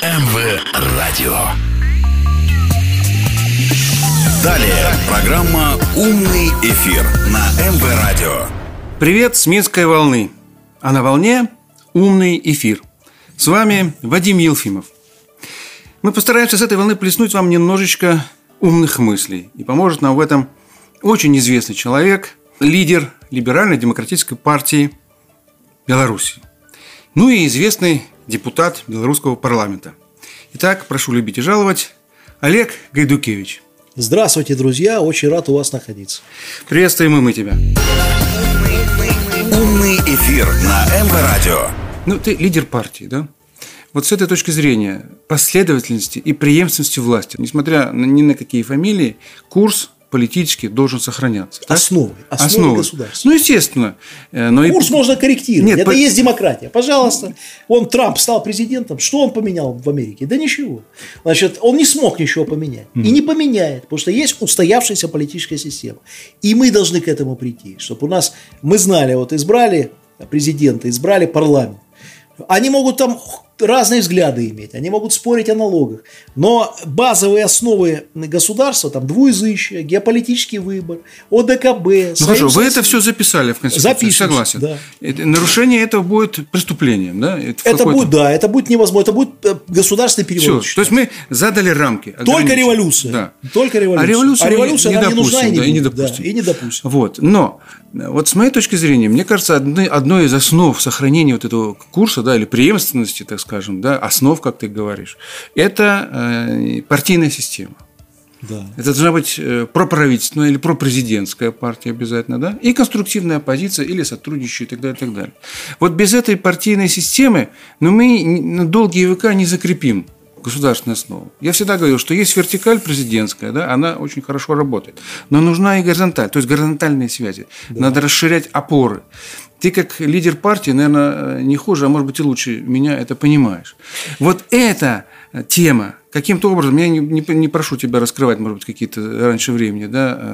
МВ Радио. Далее программа «Умный эфир» на МВ Радио. Привет с Минской волны. А на волне «Умный эфир». С вами Вадим Елфимов. Мы постараемся с этой волны плеснуть вам немножечко умных мыслей. И поможет нам в этом очень известный человек, лидер либерально-демократической партии Беларуси. Ну и известный депутат белорусского парламента. Итак, прошу любить и жаловать, Олег Гайдукевич. Здравствуйте, друзья, очень рад у вас находиться. Приветствуем и мы тебя. Умный эфир на МВ Радио. Ну, ты лидер партии, да? Вот с этой точки зрения последовательности и преемственности власти, несмотря ни на какие фамилии, курс политически должен сохраняться. Основы государства. Ну, естественно. Курс можно корректировать. Это есть демократия. Пожалуйста. Трамп стал президентом. Что он поменял в Америке? Да ничего. Значит, он не смог ничего поменять. И не поменяет. Потому что есть устоявшаяся политическая система. И мы должны к этому прийти. Чтобы у нас, мы знали, избрали президента, избрали парламент. Они могут там разные взгляды иметь, они могут спорить о налогах, но базовые основы государства, там двуязычие, геополитический выбор, ОДКБ. Ну хорошо, вы это все записали в Конституции, запишем, согласен. Да. Нарушение этого будет преступлением, да? Это будет невозможно, это будет государственный переворот. Все, то есть мы задали рамки. Только революция. Да. Только революция. А революция нам не нужна и не допустим. Да, и не допустим. Но с моей точки зрения, мне кажется, одной из основ сохранения этого курса, да, или преемственности, так скажем, да, основ, как ты говоришь, это партийная система. Да. Это должна быть проправительственная или пропрезидентская партия обязательно, да, и конструктивная оппозиция или сотрудничающая и так далее, и так далее. Вот без этой партийной системы мы на долгие века не закрепим государственную основу. Я всегда говорил, что есть вертикаль президентская, да, она очень хорошо работает, но нужна и горизонталь, то есть горизонтальные связи. Да. Надо расширять опоры. Ты как лидер партии, наверное, не хуже, а может быть и лучше меня это понимаешь. Вот эта тема, каким-то образом, я не прошу тебя раскрывать, может быть, какие-то раньше времени,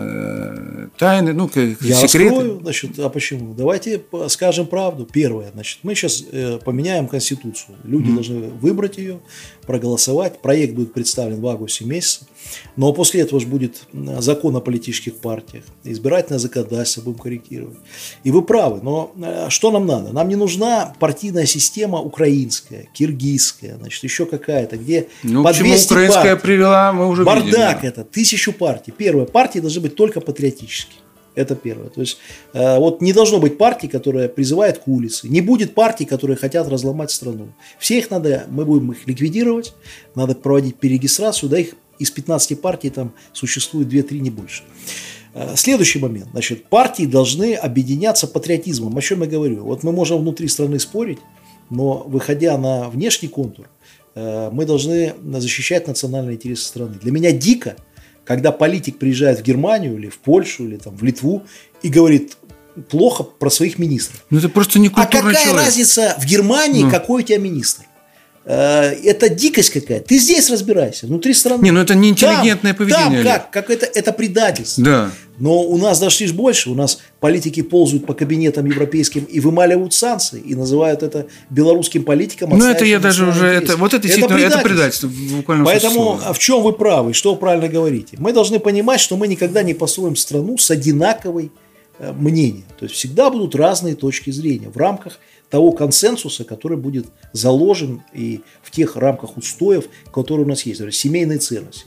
да, тайны, я секреты. Раскрою, а почему? Давайте скажем правду. Первое, мы сейчас поменяем Конституцию. Люди должны выбрать ее, проголосовать. Проект будет представлен в августе месяце. Но после этого же будет закон о политических партиях, избирательное законодательство будем корректировать. И вы правы, но что нам надо? Нам не нужна партийная система украинская, киргизская, еще какая-то, где по 200 украинская партий. Привела, мы уже бардак видели, да. Это, 1000 партий. Первое, партии должны быть только патриотические. Это первое. То есть, не должно быть партии, которая призывает к улице. Не будет партий, которые хотят разломать страну. Мы будем их ликвидировать, надо проводить перерегистрацию, да, их из 15 партий там существует 2-3, не больше. Следующий момент. Партии должны объединяться патриотизмом. О чем я говорю? Мы можем внутри страны спорить, но выходя на внешний контур, мы должны защищать национальные интересы страны. Для меня дико, когда политик приезжает в Германию или в Польшу или в Литву и говорит плохо про своих министров. Это просто не культурный человек. А какая разница в Германии, какой у тебя министр? Это дикость какая-то. Ты здесь разбирайся, внутри страны. Это не интеллигентное поведение. Как это предательство. Да. Но у нас дошли больше. У нас политики ползают по кабинетам европейским и вымаливают санкции. И называют это белорусским политикам. Это я даже уже... Это предательство. Поэтому в чем вы правы, что вы правильно говорите? Мы должны понимать, что мы никогда не построим страну с одинаковой мнением. То есть всегда будут разные точки зрения в рамках того консенсуса, который будет заложен и в тех рамках устоев, которые у нас есть. Семейные ценности.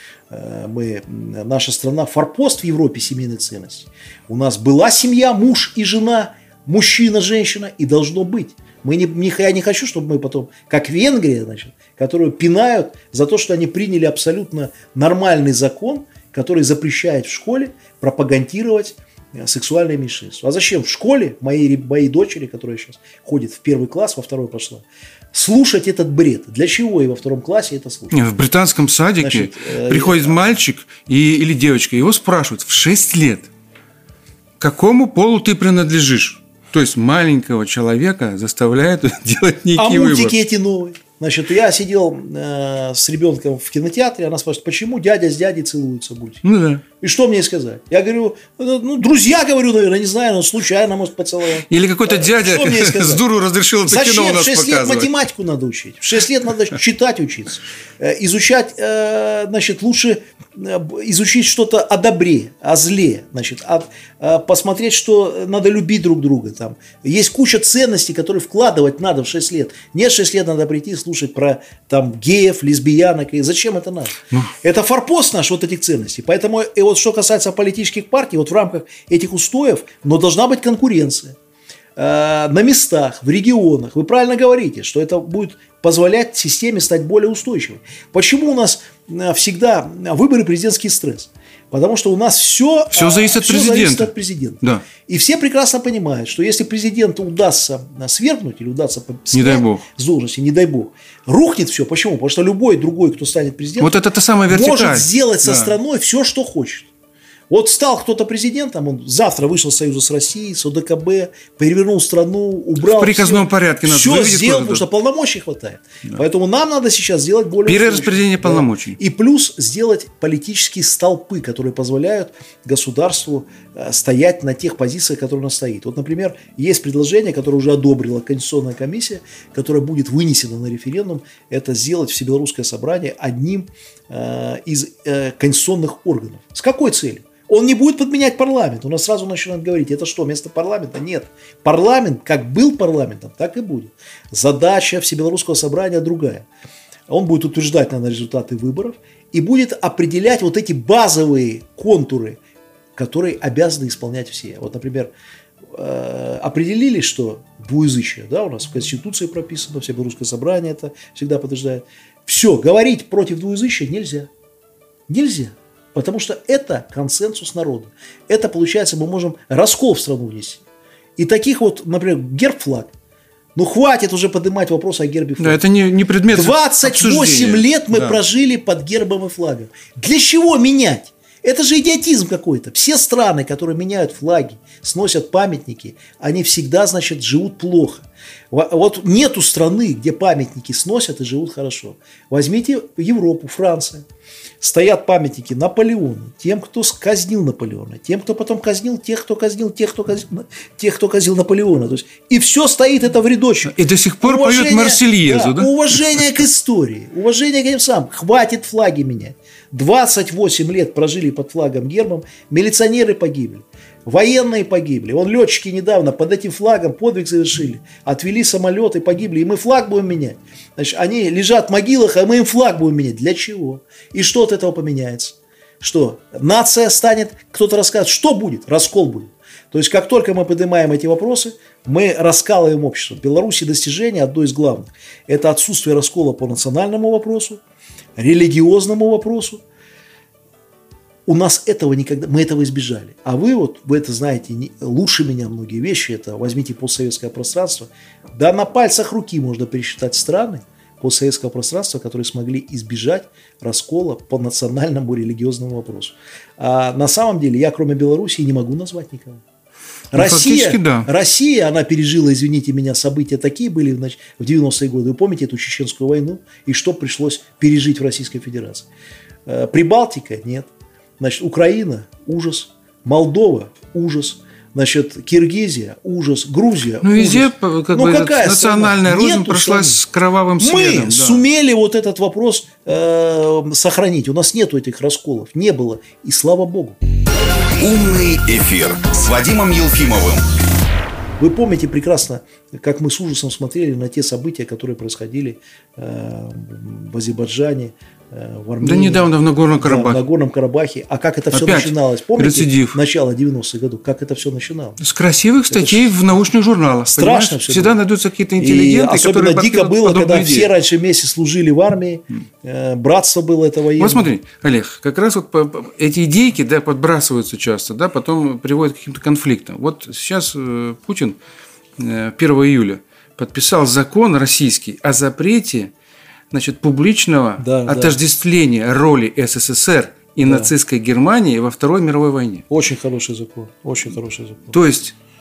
Наша страна форпост в Европе семейной ценности. У нас была семья, муж и жена, мужчина, женщина, и должно быть. Я не хочу, чтобы мы потом, как Венгрия, которую пинают за то, что они приняли абсолютно нормальный закон, который запрещает в школе пропагандировать сексуальное меньшинство. А зачем в школе моей дочери, которая сейчас ходит в 1 класс, во 2 пошла, слушать этот бред? Для чего и во 2 классе это слушать? В британском садике приходит мальчик или девочка, его спрашивают в 6 лет, к какому полу ты принадлежишь? То есть маленького человека заставляют делать некий выбор. А мультики эти новые? Значит, я сидел с ребенком в кинотеатре, она спрашивает, почему дядя с дядей целуются будете? Ну да. И что мне сказать? Я говорю, ну, друзья, говорю, наверное, не знаю, но случайно, может, поцеловал. Или какой-то дядя Что мне сказать? с дуру разрешил это кино у Зачем? нас В 6 лет показывать. математику надо учить. В 6 лет надо читать учиться. Изучать, значит, лучше изучить что-то о добре, о зле. Значит, посмотреть, что надо любить друг друга. Там. Есть куча ценностей, которые вкладывать надо в 6 лет. Нет, 6 лет надо прийти и слушать про там, геев, лесбиянок. И зачем это надо? Это форпост наш вот этих ценностей. Поэтому и вот что касается политических партий, вот в рамках этих устоев, но должна быть конкуренция. На местах, в регионах. Вы правильно говорите, что это будет позволять системе стать более устойчивой. Почему у нас всегда выборы президентский стресс? Потому что у нас все зависит от президента. Да. И все прекрасно понимают, что если президенту удастся свергнуть или удастся снять с должности, не дай бог, рухнет все. Почему? Потому что любой другой, кто станет президентом, вот это та самая вертикаль. Может сделать со страной все, что хочет. Вот стал кто-то президентом, он завтра вышел с Союза с Россией, с ОДКБ, перевернул страну, убрал. В приказном порядке надо все сделал, потому что полномочий хватает. Да. Поэтому нам надо сейчас сделать более перераспределение полномочий. И плюс сделать политические столпы, которые позволяют государству стоять на тех позициях, которые у нас стоит. Вот, например, есть предложение, которое уже одобрила Конституционная комиссия, которое будет вынесено на референдум, это сделать Всебелорусское собрание одним из конституционных органов. С какой целью? Он не будет подменять парламент. У нас сразу начинают говорить, это что, вместо парламента? Нет. Парламент, как был парламентом, так и будет. Задача Всебелорусского собрания другая. Он будет утверждать, наверное, результаты выборов и будет определять вот эти базовые контуры, которые обязаны исполнять все. Вот, например, определили, что двуязычие, да, у нас в Конституции прописано, Всебелорусское собрание это всегда подтверждает. Все, говорить против двуязычия нельзя. Нельзя. Потому что это консенсус народа. Это, получается, мы можем раскол в страну внести. И таких вот, например, герб-флаг. Ну, хватит уже поднимать вопрос о гербе флага. Да, это не предмет 28 обсуждения. лет мы прожили под гербом и флагом. Для чего менять? Это же идиотизм какой-то. Все страны, которые меняют флаги, сносят памятники, они всегда, значит, живут плохо. Вот нету страны, где памятники сносят и живут хорошо. Возьмите Европу, Франция. Стоят памятники Наполеону, тем, кто казнил Наполеона, тем, кто потом казнил тех, кто казнил Наполеона. То есть, и все стоит это в рядочек. И до сих пор поют Марсельезу, да? Уважение к истории, уважение к этим самым. Хватит флаги менять. 28 лет прожили под флагом гербом, милиционеры погибли, военные погибли. Вон летчики недавно под этим флагом подвиг совершили, отвели самолеты, погибли, и мы флаг будем менять. Значит, они лежат в могилах, а мы им флаг будем менять. Для чего? И что от этого поменяется? Что? Нация станет, кто-то расскажет, что будет? Раскол будет. То есть, как только мы поднимаем эти вопросы, мы раскалываем общество. В Беларуси достижение одно из главных. Это отсутствие раскола по национальному вопросу, религиозному вопросу. У нас этого никогда, мы этого избежали. А вы это знаете лучше меня многие вещи. Это возьмите постсоветское пространство. Да на пальцах руки можно пересчитать страны постсоветского пространства, которые смогли избежать раскола по национальному религиозному вопросу. А на самом деле я, кроме Белоруссии, не могу назвать никого. Россия, она пережила, извините меня, события такие были в 90-е годы. Вы помните эту Чеченскую войну? И что пришлось пережить в Российской Федерации? Прибалтика? Нет. Значит, Украина – ужас. Молдова – ужас. Значит, Киргизия – ужас. Грузия – ужас. Везде какая национальная рознь прошлась с кровавым следом. Мы сумели вот этот вопрос сохранить. У нас нету этих расколов. Не было. И слава богу. Умный эфир с Вадимом Елфимовым. Вы помните прекрасно, как мы с ужасом смотрели на те события, которые происходили в Азербайджане, в Армении. Да недавно в Нагорном Карабахе. Да, в Нагорном Карабахе. А как это все начиналось? Помните? Рецидив. Начало 90-х годов. Как это все начиналось? С красивых статей в научных журналах. Страшно все. Всегда найдутся какие-то интеллигенты, которые особенно дико было, когда все раньше вместе служили в армии. Братство было это военное. Вот смотри, Олег, как раз вот эти идейки подбрасываются часто, потом приводят к каким-то конфликтам. Вот сейчас Путин 1 июля подписал закон российский о запрете публичного отождествления роли СССР и нацистской Германии во Второй мировой войне. Очень хороший закон. Очень хороший закон. То есть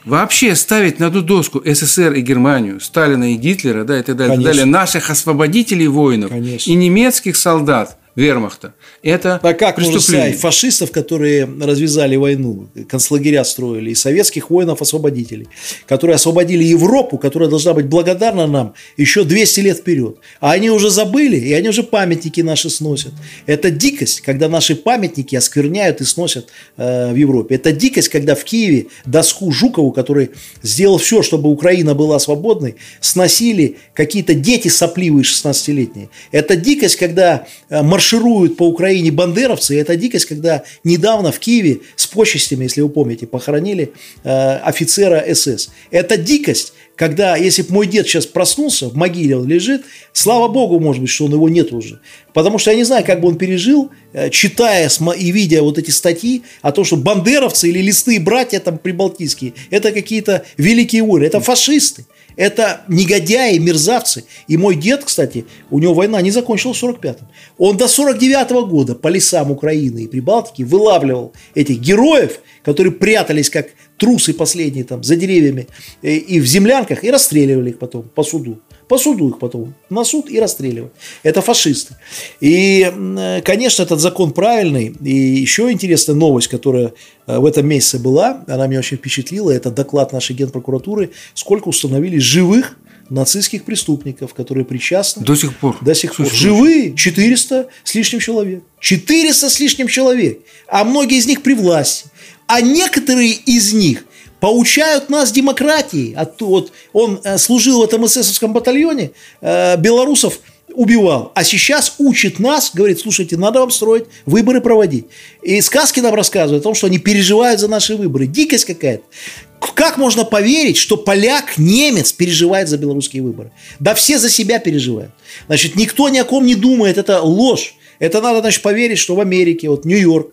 вообще ставить на одну доску СССР и Германию, Сталина и Гитлера, да, и так далее, наших освободителей воинов и немецких солдат вермахта. Это как можно ставить фашистов, которые развязали войну, концлагеря строили, и советских воинов-освободителей, которые освободили Европу, которая должна быть благодарна нам еще 200 лет вперед. А они уже забыли, и они уже памятники наши сносят. Это дикость, когда наши памятники оскверняют и сносят в Европе. Это дикость, когда в Киеве доску Жукову, который сделал все, чтобы Украина была свободной, сносили какие-то дети сопливые 16-летние. Это дикость, когда маршируют по Украине бандеровцы, и это дикость, когда недавно в Киеве с почестями, если вы помните, похоронили офицера СС. Это дикость, когда, если бы мой дед сейчас проснулся, в могиле он лежит, слава богу, может быть, что он его нет уже. Потому что я не знаю, как бы он пережил, читая и видя вот эти статьи о том, что бандеровцы или лесные братья там прибалтийские, это какие-то великие воины, это фашисты. Это негодяи, мерзавцы. И мой дед, кстати, у него война не закончилась в 45-м. Он до 49-го года по лесам Украины и Прибалтики вылавливал этих героев, которые прятались как трусы последние там за деревьями и в землянках, и расстреливали их потом по суду. По суду их потом на суд и расстреливать. Это фашисты. И, конечно, этот закон правильный. И еще интересная новость, которая в этом месяце была, она меня очень впечатлила, это доклад нашей Генпрокуратуры, сколько установили живых нацистских преступников, которые причастны. До сих пор. До сих пор. Живые 400 с лишним человек. 400 с лишним человек. А многие из них при власти. А некоторые из них поучают нас демократии. Вот он служил в этом эсэсовском батальоне, белорусов убивал. А сейчас учит нас, говорит, слушайте, надо вам строить, выборы проводить. И сказки нам рассказывают о том, что они переживают за наши выборы. Дикость какая-то. Как можно поверить, что поляк, немец переживает за белорусские выборы? Да все за себя переживают. Значит, никто ни о ком не думает, это ложь. Это надо, значит, поверить, что в Америке, вот Нью-Йорк,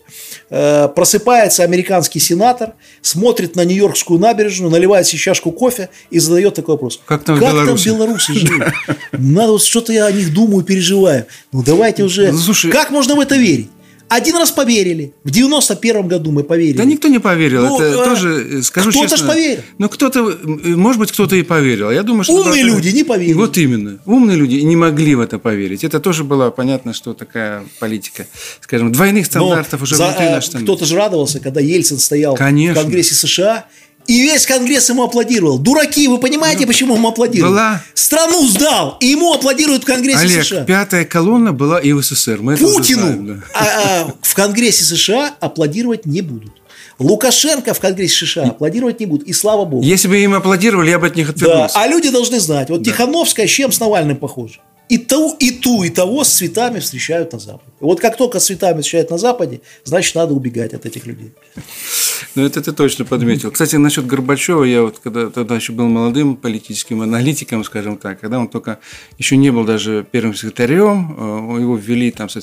просыпается американский сенатор, смотрит на Нью-Йоркскую набережную, наливает себе чашку кофе и задает такой вопрос. Как там белорусы живут? Надо вот что-то я о них думаю, переживаю. Ну, давайте уже. Как можно в это верить? Один раз поверили. В 91-м году мы поверили. Да никто не поверил. Ну, это тоже, скажу кто-то честно. Кто-то ж поверил. Ну, кто-то, может быть, кто-то и поверил. Я думаю, что умные люди не поверили. Вот именно. Умные люди не могли в это поверить. Это тоже было понятно, что такая политика, скажем, двойных стандартов уже внутри нашей страны. Кто-то же радовался, когда Ельцин стоял в Конгрессе США. И весь Конгресс ему аплодировал. Дураки, вы понимаете, почему ему аплодируют? Страну сдал, и ему аплодируют в Конгрессе США. Пятая колонна была и в СССР. Мы Путину знаем, да. В Конгрессе США аплодировать не будут. Лукашенко в Конгрессе США аплодировать не будут. И слава богу. Если бы им аплодировали, я бы от них отвернулся. Да, а люди должны знать. Вот да. Тихановская с чем с Навальным похожа? И того с цветами встречают на Западе. Вот как только с цветами встречают на Западе, значит, надо убегать от этих людей. Ну, это ты точно подметил. Кстати, насчет Горбачева, я вот когда тогда еще был молодым политическим аналитиком, скажем так, когда он только еще не был даже первым секретарем, его ввели там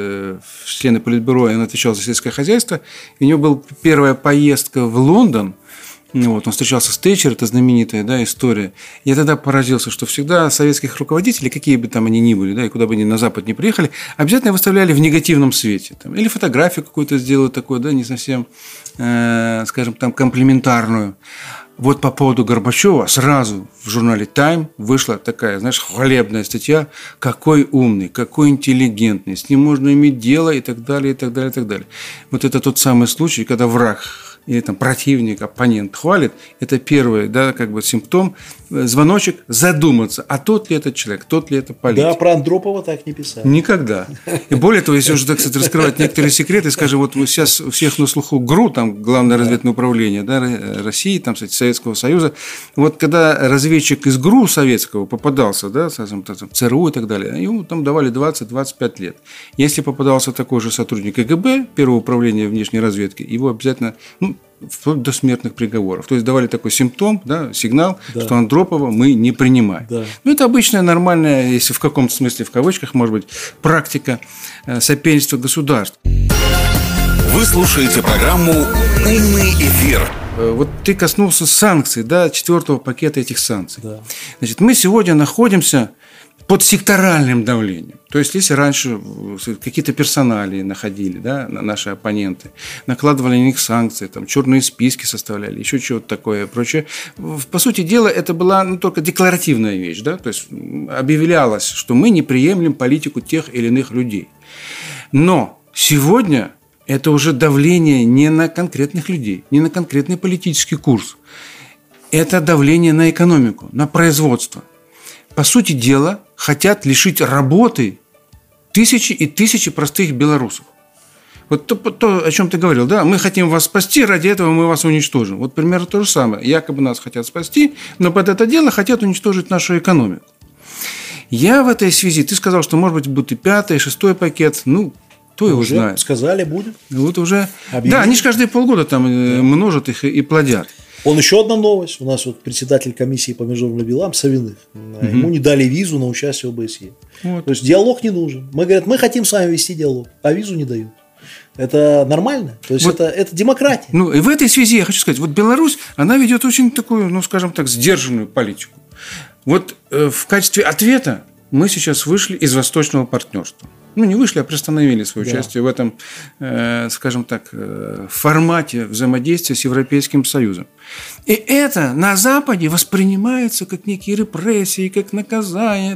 в члены Политбюро, и он отвечал за сельское хозяйство, и у него была первая поездка в Лондон. Вот, он встречался с Тэтчер, это знаменитая, да, история. Я тогда поразился, что всегда советских руководителей, какие бы там они ни были, да, и куда бы они на Запад не приехали, обязательно выставляли в негативном свете. Там, или фотографию какую-то сделают такую, да, не совсем, скажем, там, комплиментарную. Вот по поводу Горбачева сразу в журнале «Тайм» вышла такая, знаешь, хвалебная статья, какой умный, какой интеллигентный, с ним можно иметь дело и так далее, и так далее, и так далее. Вот это тот самый случай, когда враг или там противник, оппонент хвалит, это первый, да, как бы симптом, звоночек задуматься, а тот ли этот человек, тот ли это политик. Да, про Андропова так не писали. Никогда. И более того, если уже, так сказать, раскрывать некоторые секреты, скажем, вот сейчас у всех на слуху ГРУ, там, Главное разведывательное управление, да, России, там, кстати, Советского Союза, вот когда разведчик из ГРУ советского попадался, да, скажем, там, ЦРУ и так далее, ему там давали 20-25 лет. Если попадался такой же сотрудник КГБ, Первого управления внешней разведки, его обязательно, вплоть до смертных приговоров. То есть давали такой симптом, да, сигнал, да, что Андропова мы не принимаем. Да. Ну, это обычная, нормальная, если в каком-то смысле, в кавычках, может быть, практика соперничества государств. Вы слушаете программу «Умный эфир». Вот ты коснулся санкций, да, 4-го пакета этих санкций. Да. Значит, мы сегодня находимся под секторальным давлением. То есть, если раньше какие-то персоналии находили, да, наши оппоненты, накладывали на них санкции, там, черные списки составляли, еще чего-то такое и прочее. По сути дела, это была только декларативная вещь. Да? То есть, объявлялось, что мы не приемлем политику тех или иных людей. Но сегодня это уже давление не на конкретных людей, не на конкретный политический курс. Это давление на экономику, на производство. По сути дела, хотят лишить работы тысячи и тысячи простых белорусов. Вот то, о чем ты говорил, да, мы хотим вас спасти, ради этого мы вас уничтожим. Вот примерно то же самое. Якобы нас хотят спасти, но под это дело хотят уничтожить нашу экономику. Я в этой связи, ты сказал, что, может быть, будет и 5-й, и 6-й пакет, кто его знает. Сказали, будет. Вот уже. Объявили. Да, они же каждые полгода там множат их и плодят. Еще одна новость. У нас вот председатель комиссии по международным делам Савиных. Ему не дали визу на участие в ОБСЕ. Вот. То есть диалог не нужен. Мы говорим, мы хотим с вами вести диалог, а визу не дают. Это нормально? То есть вот, это демократия. И в этой связи я хочу сказать, вот Беларусь, она ведет очень такую, скажем так, сдержанную политику. Вот в качестве ответа мы сейчас вышли из восточного партнерства. Не вышли, а приостановили свое участие в этом, скажем так, формате взаимодействия с Европейским Союзом. И это на Западе воспринимается как некие репрессии, как наказание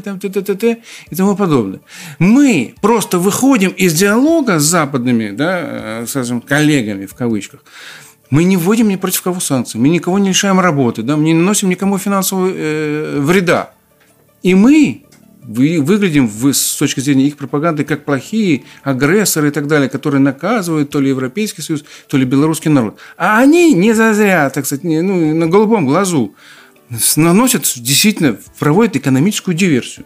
и тому подобное. Мы просто выходим из диалога с западными, да, скажем, коллегами в кавычках. Мы не вводим ни против кого санкции, мы никого не лишаем работы, да, мы не наносим никому финансового вреда. И мы выглядим с точки зрения их пропаганды как плохие агрессоры и так далее, которые наказывают то ли Европейский Союз, то ли белорусский народ. А они не зазря, так сказать, на голубом глазу наносят, действительно, проводят экономическую диверсию.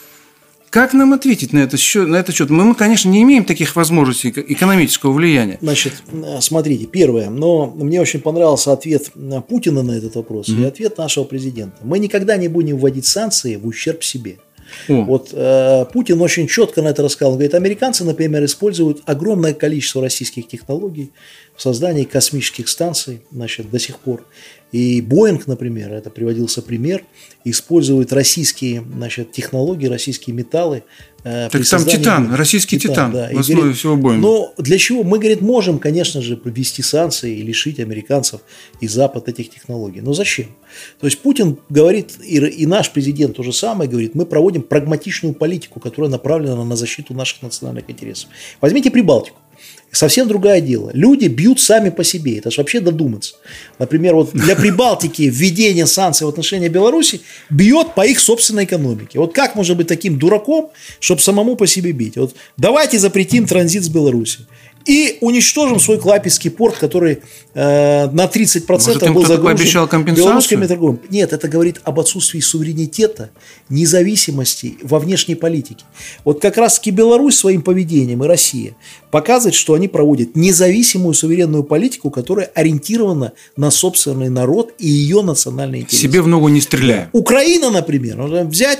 Как нам ответить на этот счет? Мы, конечно, не имеем таких возможностей экономического влияния. Значит, смотрите, первое, но мне очень понравился ответ Путина на этот вопрос и ответ нашего президента. Мы никогда не будем вводить санкции в ущерб себе. Вот Путин очень четко на это рассказал. Он говорит, американцы, например, используют огромное количество российских технологий в создании космических станций, до сих пор. И Боинг, например, это приводился пример, использует российские, технологии, российские металлы. Так там титан, российский титан да, в основе всего Боинга. Но для чего? Мы, можем, конечно же, ввести санкции и лишить американцев и Запад этих технологий. Но зачем? То есть Путин говорит, и наш президент то же самое говорит, мы проводим прагматичную политику, которая направлена на защиту наших национальных интересов. Возьмите Прибалтику. Совсем другое дело. Люди бьют сами по себе. Это же вообще додуматься. Например, вот для Прибалтики введение санкций в отношении Беларуси бьет по их собственной экономике. Вот как можно быть таким дураком, чтобы самому по себе бить? Вот давайте запретим транзит с Беларуси. И уничтожим свой Клайпедский порт, который на 30% был загружен белорусскими торговыми. Нет, это говорит об отсутствии суверенитета, независимости во внешней политике. Вот как раз-таки Беларусь своим поведением и Россия показывает, что они проводят независимую суверенную политику, которая ориентирована на собственный народ и ее национальные интересы. Себе в ногу не стреляя. Украина, например, взять,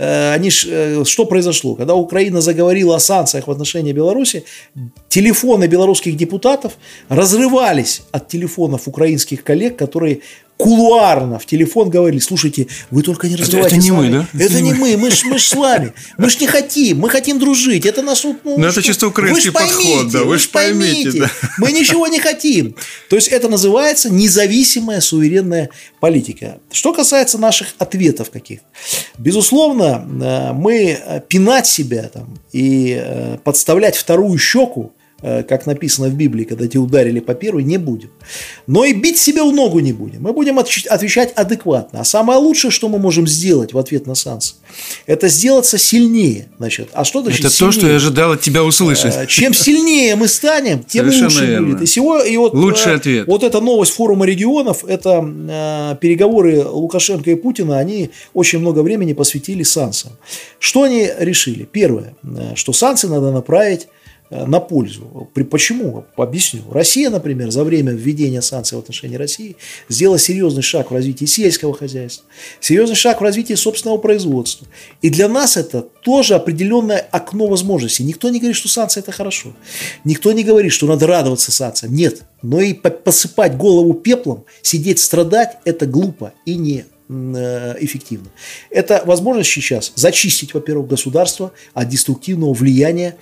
что произошло? Когда Украина заговорила о санкциях в отношении Беларуси, телефоны белорусских депутатов разрывались от телефонов украинских коллег, которые кулуарно в телефон говорили, слушайте, вы только не разрывайте. Это не мы, да? Это не мы ж с вами. Мы ж не хотим, мы хотим дружить. Это нас это чисто украинский подход, да, вы ж поймите. Да. Мы ничего не хотим. То есть это называется независимая суверенная политика. Что касается наших ответов каких-то. Безусловно, мы пинать себя и подставлять вторую щеку, как написано в Библии, когда тебя ударили по первой, не будем. Но и бить себя в ногу не будем. Мы будем отвечать адекватно. А самое лучшее, что мы можем сделать в ответ на санкции, это сделаться сильнее. А что значит это сильнее? То, что я ожидал от тебя услышать. Чем сильнее мы станем, тем лучше будет. Лучший ответ. Вот эта новость форума регионов, это переговоры Лукашенко и Путина, они очень много времени посвятили санкциям. Что они решили? Первое, что санкции надо направить на пользу. Почему? Объясню. Россия, например, за время введения санкций в отношении России сделала серьезный шаг в развитии сельского хозяйства, серьезный шаг в развитии собственного производства. И для нас это тоже определенное окно возможностей. Никто не говорит, что санкции – это хорошо. Никто не говорит, что надо радоваться санкциям. Нет. Но и посыпать голову пеплом, сидеть, страдать – это глупо и эффективно. Это возможность сейчас зачистить, во-первых, государство от деструктивного влияния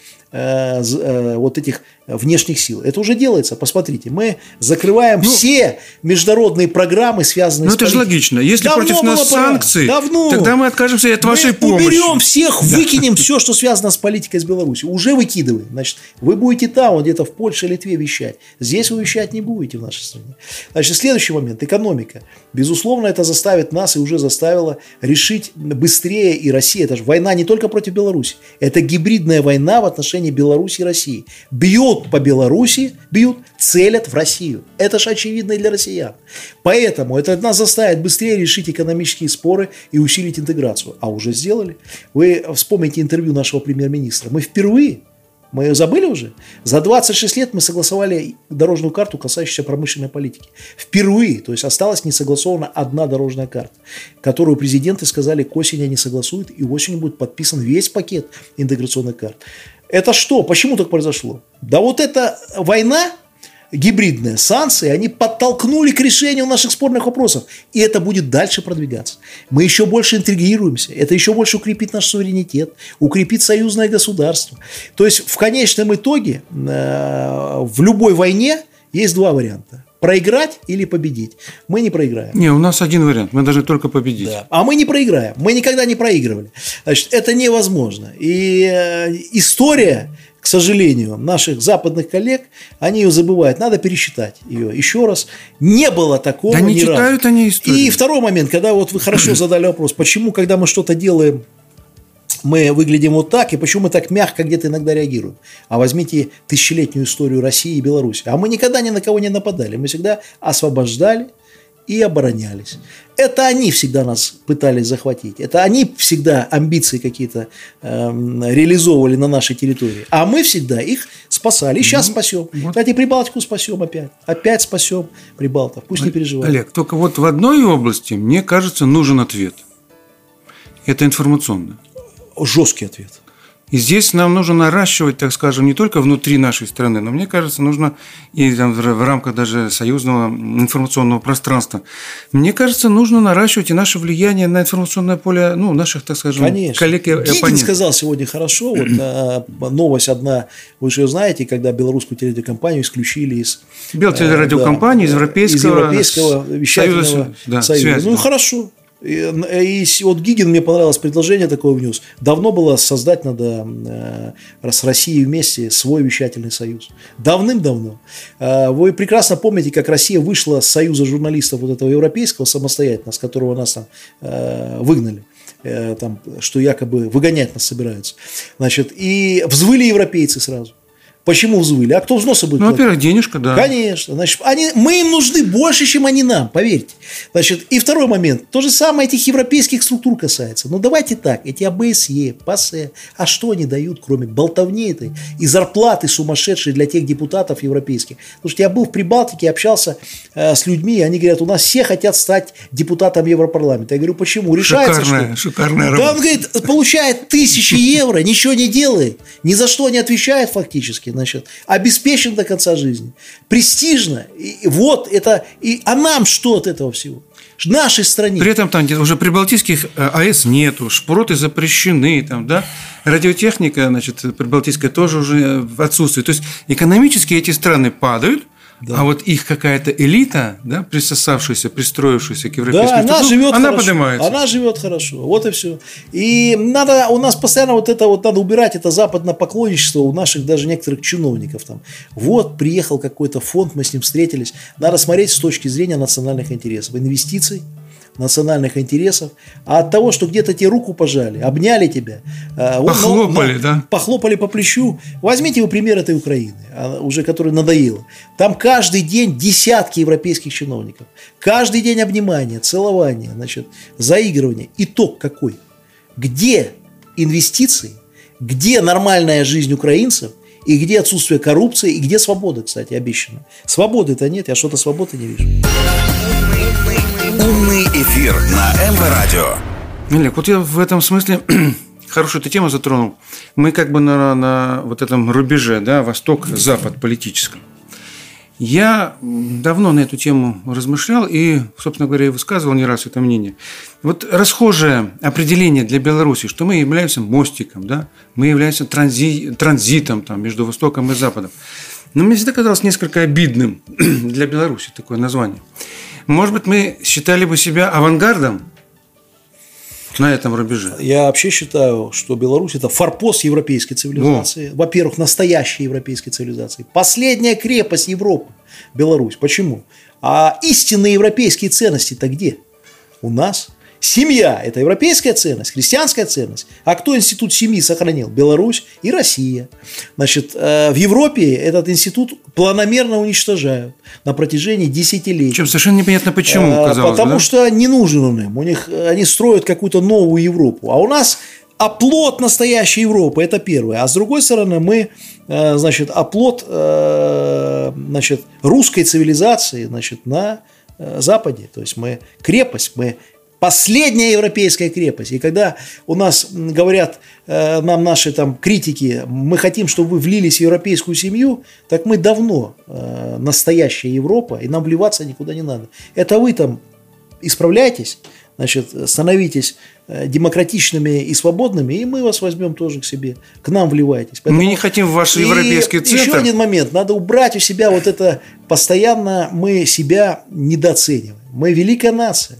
вот этих внешних сил. Это уже делается. Посмотрите, мы закрываем все международные программы, связанные с политикой. Это же логично. Если против нас санкции, тогда мы откажемся и от вашей помощи. Мы уберем всех, выкинем все, что связано с политикой с Беларусью. Уже выкидываем. Значит, вы будете там, вот где-то в Польше, Литве вещать. Здесь вы вещать не будете в нашей стране. Значит, следующий момент. Экономика. Безусловно, это заставит нас и уже заставило решить быстрее и Россия. Это же война не только против Беларуси. Это гибридная война в отношении Беларуси и России. Бьют по Беларуси, целят в Россию. Это же очевидно и для россиян. Поэтому это нас заставит быстрее решить экономические споры и усилить интеграцию. А уже сделали. Вы вспомните интервью нашего премьер-министра. Мы ее забыли уже? За 26 лет мы согласовали дорожную карту, касающуюся промышленной политики. Впервые. То есть осталась не согласована одна дорожная карта, которую президенты сказали, к осени они согласуют, и осенью будет подписан весь пакет интеграционных карт. Это что? Почему так произошло? Да вот эта война гибридные санкции, они подтолкнули к решению наших спорных вопросов. И это будет дальше продвигаться. Мы еще больше интегрируемся. Это еще больше укрепит наш суверенитет, укрепит союзное государство. То есть, в конечном итоге, в любой войне есть два варианта. Проиграть или победить. Мы не проиграем. Не, у нас один вариант. Мы должны только победить. Да. А мы не проиграем. Мы никогда не проигрывали. Значит, это невозможно. И история, к сожалению, наших западных коллег, они ее забывают. Надо пересчитать ее еще раз. Не было такого ни разу. Да не читают они историю. И второй момент, когда вот вы хорошо задали вопрос, почему, когда мы что-то делаем, мы выглядим вот так, и почему мы так мягко где-то иногда реагируем. А возьмите тысячелетнюю историю России и Беларуси. А мы никогда ни на кого не нападали. Мы всегда освобождали и оборонялись. Это они всегда нас пытались захватить. Это они всегда амбиции какие-то реализовывали на нашей территории. А мы всегда их спасали. И сейчас спасем. Кстати, Прибалтику спасем опять. Опять спасем прибалтов. Пусть не переживают. Олег, только вот в одной области, мне кажется, нужен ответ. Это информационно. Жесткий ответ. И здесь нам нужно наращивать, так скажем, не только внутри нашей страны, но, мне кажется, нужно и там, в рамках даже союзного информационного пространства. Мне кажется, нужно наращивать и наше влияние на информационное поле, наших, так скажем, коллег и оппонентов. Гигин сказал сегодня хорошо. Вот новость одна, вы же ее знаете, когда белорусскую телерадиокомпанию исключили из Белтелерадиокомпании, из Европейского вещательного союза. Ну, хорошо. И вот Гигин, мне понравилось предложение такое внес. Давно было создать надо с Россией вместе свой вещательный союз. Давным-давно. Вы прекрасно помните, как Россия вышла с союза журналистов вот этого европейского самостоятельно, с которого нас там выгнали. Там, что якобы выгонять нас собираются. Значит, и взвыли европейцы сразу. Почему взвыли? А кто взносы будет платить? Во-первых, денежка, да. Конечно. Значит, мы им нужны больше, чем они нам, поверьте. Значит, и второй момент. То же самое этих европейских структур касается. Но давайте так. Эти АБСЕ, ПАСЕ, а что они дают, кроме болтовни этой и зарплаты сумасшедшие для тех депутатов европейских? Потому что я был в Прибалтике, общался с людьми, и они говорят, у нас все хотят стать депутатом Европарламента. Я говорю, почему? Решается, что? Шикарная работа. Да, он говорит, получает 1000 евро, ничего не делает, ни за что не отвечает фактически. Значит, обеспечен до конца жизни, престижно, и вот это, а нам что от этого всего? В нашей стране. При этом там уже прибалтийских АЭС нету, шпроты запрещены, там, да? Радиотехника, значит, прибалтийская тоже уже в отсутствии. То есть экономически эти страны падают. Да. А вот их какая-то элита, да, присосавшаяся, пристроившаяся к европейскому структурам, она поднимается. Она живет хорошо. Вот и все. И надо, у нас постоянно вот это вот надо убирать, это западное поклонничество у наших даже некоторых чиновников. Там. Вот приехал какой-то фонд, мы с ним встретились. Надо смотреть с точки зрения национальных интересов, инвестиций, национальных интересов, а от того, что где-то тебе руку пожали, обняли тебя, похлопали, да? Похлопали по плечу. Возьмите вы пример этой Украины, уже которая надоела. Там каждый день десятки европейских чиновников. Каждый день обнимания, целования, значит, заигрывания. Итог какой? Где инвестиции, где нормальная жизнь украинцев, и где отсутствие коррупции, и где свобода, кстати, обещана. Свободы-то нет, я что-то свободы не вижу. Умный эфир на МВ-радио. Олег, вот я в этом смысле хорошую ты тему затронул. Мы как бы на вот этом рубеже, да, восток-запад политическом. Я давно на эту тему размышлял и, собственно говоря, и высказывал не раз это мнение. Вот расхожее определение для Беларуси, что мы являемся мостиком, да? Мы являемся транзитом там, между Востоком и Западом. Но мне всегда казалось несколько обидным для Беларуси такое название. Может быть, мы считали бы себя авангардом на этом рубеже? Я вообще считаю, что Беларусь – это форпост европейской цивилизации. Во-первых, настоящей европейской цивилизации. Последняя крепость Европы – Беларусь. Почему? А истинные европейские ценности-то где? У нас. Семья – это европейская ценность, христианская ценность. А кто институт семьи сохранил? Беларусь и Россия. Значит, в Европе этот институт планомерно уничтожают на протяжении десятилетий. Причем совершенно непонятно почему, казалось бы, потому что не нужен он им. У них, они строят какую-то новую Европу. А у нас оплот настоящей Европы – это первое. А с другой стороны, мы, значит, оплот, значит, русской цивилизации, значит, на Западе. То есть мы крепость, мы последняя европейская крепость. И когда у нас говорят нам наши там критики, мы хотим, чтобы вы влились в европейскую семью, так мы давно настоящая Европа, и нам вливаться никуда не надо. Это вы там исправляйтесь, значит, становитесь демократичными и свободными, и мы вас возьмем тоже к себе, к нам вливайтесь. Поэтому... Мы не хотим в ваш европейский центр. Еще один момент, надо убрать у себя вот это, постоянно мы себя недооцениваем. Мы великая нация,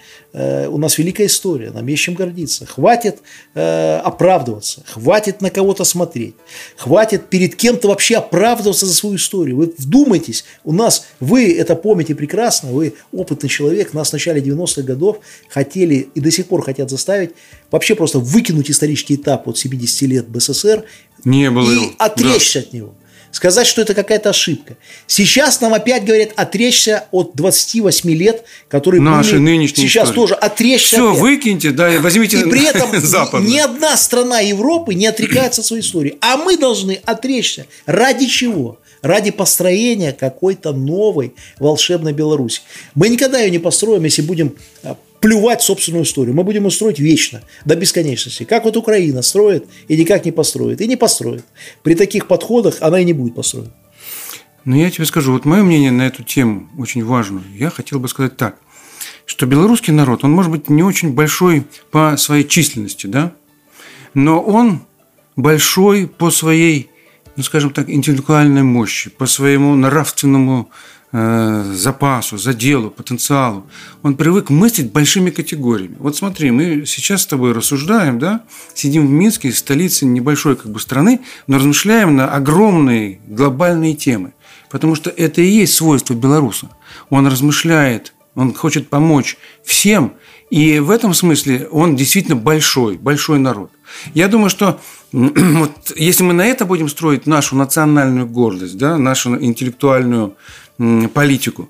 у нас великая история, нам есть чем гордиться. Хватит оправдываться, хватит на кого-то смотреть, хватит перед кем-то вообще оправдываться за свою историю. Вы вдумайтесь, у нас, вы это помните прекрасно, вы опытный человек, нас в начале 90-х годов хотели и до сих пор хотят заставить вообще просто выкинуть исторический этап от 70 лет БССР не было, и отречься от него. Сказать, что это какая-то ошибка. Сейчас нам опять говорят отречься от 28 лет, которые наши были нынешние сейчас истории. Тоже отречься. Все, опять. выкиньте, да, и возьмите и при этом западную. ни одна страна Европы не отрекается от своей истории. А мы должны отречься. Ради чего? Ради построения какой-то новой волшебной Беларуси. Мы никогда ее не построим, если будем плювать в собственную историю. Мы будем ее строить вечно, до бесконечности. Как вот Украина строит и никак не построит. И не построит. При таких подходах она и не будет построена. Но я тебе скажу, вот мое мнение на эту тему очень важную. Я хотел бы сказать так, что белорусский народ, он может быть не очень большой по своей численности, да, но он большой по своей, ну, скажем так, интеллектуальной мощи, по своему нравственному запасу, заделу, потенциалу. Он привык мыслить большими категориями. Вот смотри, мы сейчас с тобой рассуждаем, да, сидим в Минске, столице небольшой как бы страны, но размышляем на огромные глобальные темы, потому что это и есть свойство белоруса. Он размышляет, он хочет помочь всем, и в этом смысле он действительно большой народ. Я думаю, что вот, если мы на это будем строить нашу национальную гордость, да, нашу интеллектуальную политику,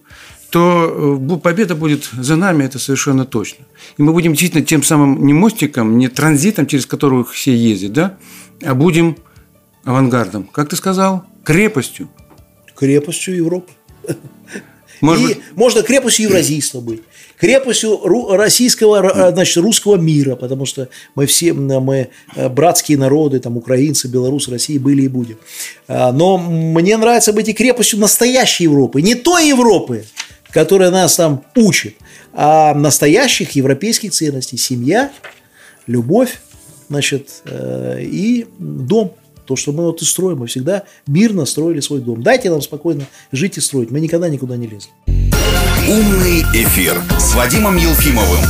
то победа будет за нами, это совершенно точно. И мы будем действительно тем самым не мостиком, не транзитом, через который все ездят, да, а будем авангардом. Как ты сказал? Крепостью. Крепостью Европы. Может можно крепостью евразийства быть. Крепостью российского, значит, русского мира, потому что мы все братские народы, там, украинцы, белорусы, России были и будем. Но мне нравится быть и крепостью настоящей Европы, не той Европы, которая нас там учит, а настоящих европейских ценностей. Семья, любовь, значит, и дом. То, что мы вот и строим, мы всегда мирно строили свой дом. Дайте нам спокойно жить и строить. Мы никогда никуда не лезли. Умный эфир с Вадимом Елфимовым.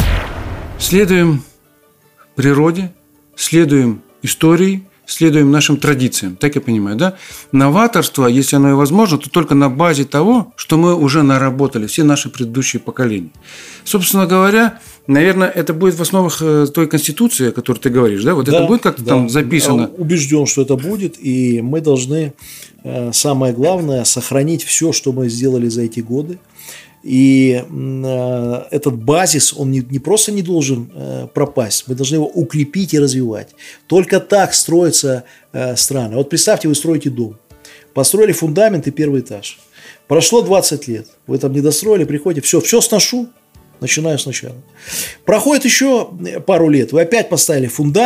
Следуем природе, следуем истории, следуем нашим традициям. Так я понимаю, да? Новаторство, если оно и возможно, то только на базе того, что мы уже наработали, все наши предыдущие поколения. Собственно говоря, наверное, это будет в основах той конституции, о которой ты говоришь, да? Вот да, это будет как-то там записано? Убежден, что это будет, и мы должны, самое главное, сохранить все, что мы сделали за эти годы. И этот базис, он не просто не должен пропасть, мы должны его укрепить и развивать. Только так строятся страны. Вот представьте, вы строите дом. Построили фундамент и первый этаж. Прошло 20 лет, вы там не достроили, приходите, все сношу, начинаю сначала. Проходит еще пару лет, вы опять поставили фундамент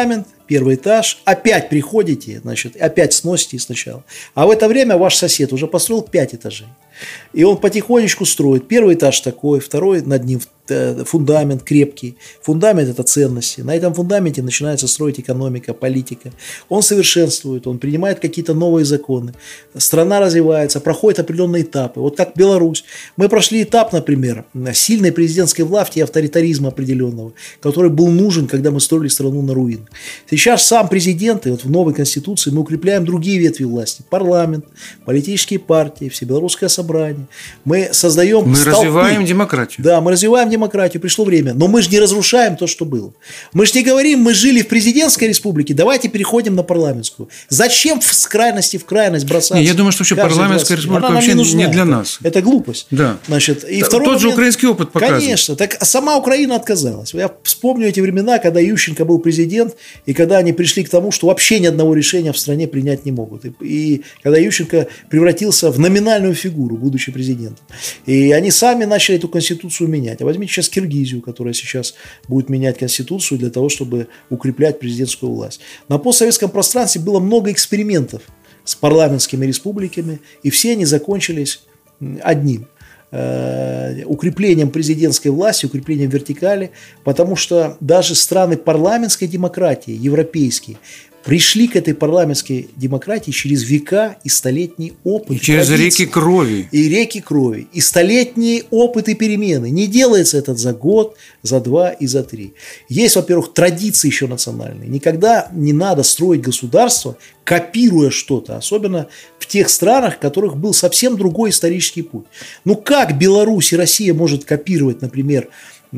первый этаж, опять приходите, значит, опять сносите сначала. А в это время ваш сосед уже построил 5 этажей. И он потихонечку строит. Первый этаж такой, второй над ним фундамент крепкий. Фундамент – это ценности. На этом фундаменте начинается строить экономика, политика. Он совершенствует, он принимает какие-то новые законы. Страна развивается, проходит определенные этапы. Вот как Беларусь. Мы прошли этап, например, сильной президентской власти и авторитаризма определенного, который был нужен, когда мы строили страну на руинах. Сейчас сам президент, и вот в новой конституции мы укрепляем другие ветви власти. Парламент, политические партии, всебелорусское собрание. Мы создаем Мы развиваем демократию. Да, мы развиваем демократию, пришло время. Но мы же не разрушаем то, что было. Мы же не говорим, мы жили в президентской республике, давайте переходим на парламентскую. Зачем с крайности в крайность бросаться? Я думаю, что вообще парламентская республика вообще не для нас. Это глупость. Да. Значит, и Тот же украинский опыт показывает. Конечно. Так сама Украина отказалась. Я вспомню эти времена, когда Ющенко был президент, и когда они пришли к тому, что вообще ни одного решения в стране принять не могут. И когда Ющенко превратился в номинальную фигуру, будучи президентом. И они сами начали эту конституцию менять. А возьмите сейчас Киргизию, которая сейчас будет менять конституцию для того, чтобы укреплять президентскую власть. На постсоветском пространстве было много экспериментов с парламентскими республиками, и все они закончились одним. Укреплением президентской власти, укреплением вертикали, потому что даже страны парламентской демократии, европейские, пришли к этой парламентской демократии через века и столетний опыт. И через реки крови. И реки крови. И столетние опыты перемены. Не делается это за год, за 2 и за 3. Есть, во-первых, традиции еще национальные. Никогда не надо строить государство, копируя что-то. Особенно в тех странах, в которых был совсем другой исторический путь. Ну как Беларусь и Россия может копировать, например,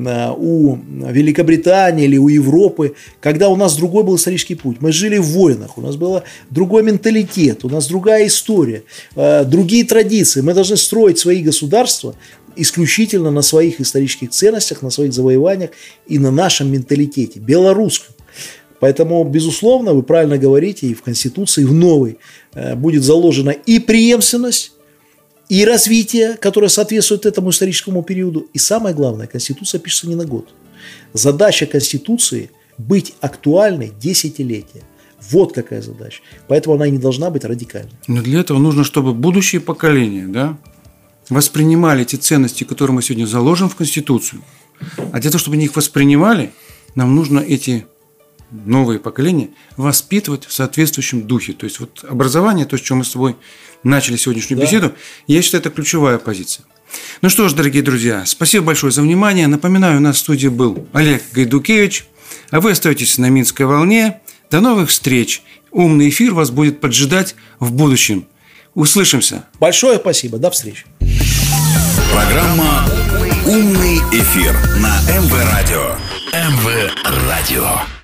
у Великобритании или у Европы, когда у нас другой был исторический путь. Мы жили в войнах, у нас был другой менталитет, у нас другая история, другие традиции. Мы должны строить свои государства исключительно на своих исторических ценностях, на своих завоеваниях и на нашем менталитете, белорусском. Поэтому, безусловно, вы правильно говорите, и в Конституции, и в новой будет заложена и преемственность, и развитие, которое соответствует этому историческому периоду. И самое главное, Конституция пишется не на год. Задача Конституции – быть актуальной десятилетия. Вот какая задача. Поэтому она и не должна быть радикальной. Но для этого нужно, чтобы будущие поколения воспринимали те ценности, которые мы сегодня заложим в Конституцию. А для того, чтобы они их воспринимали, нам нужно эти новые поколения воспитывать в соответствующем духе. То есть вот образование, то, с чего мы с тобой начали сегодняшнюю беседу, я считаю, это ключевая позиция. Ну что ж, дорогие друзья, спасибо большое за внимание. Напоминаю, у нас в студии был Олег Гайдукевич, а вы остаетесь на Минской волне. До новых встреч. Умный эфир вас будет поджидать в будущем. Услышимся. Большое спасибо. До встречи. Программа «Умный эфир» на МВ Радио. МВ Радио.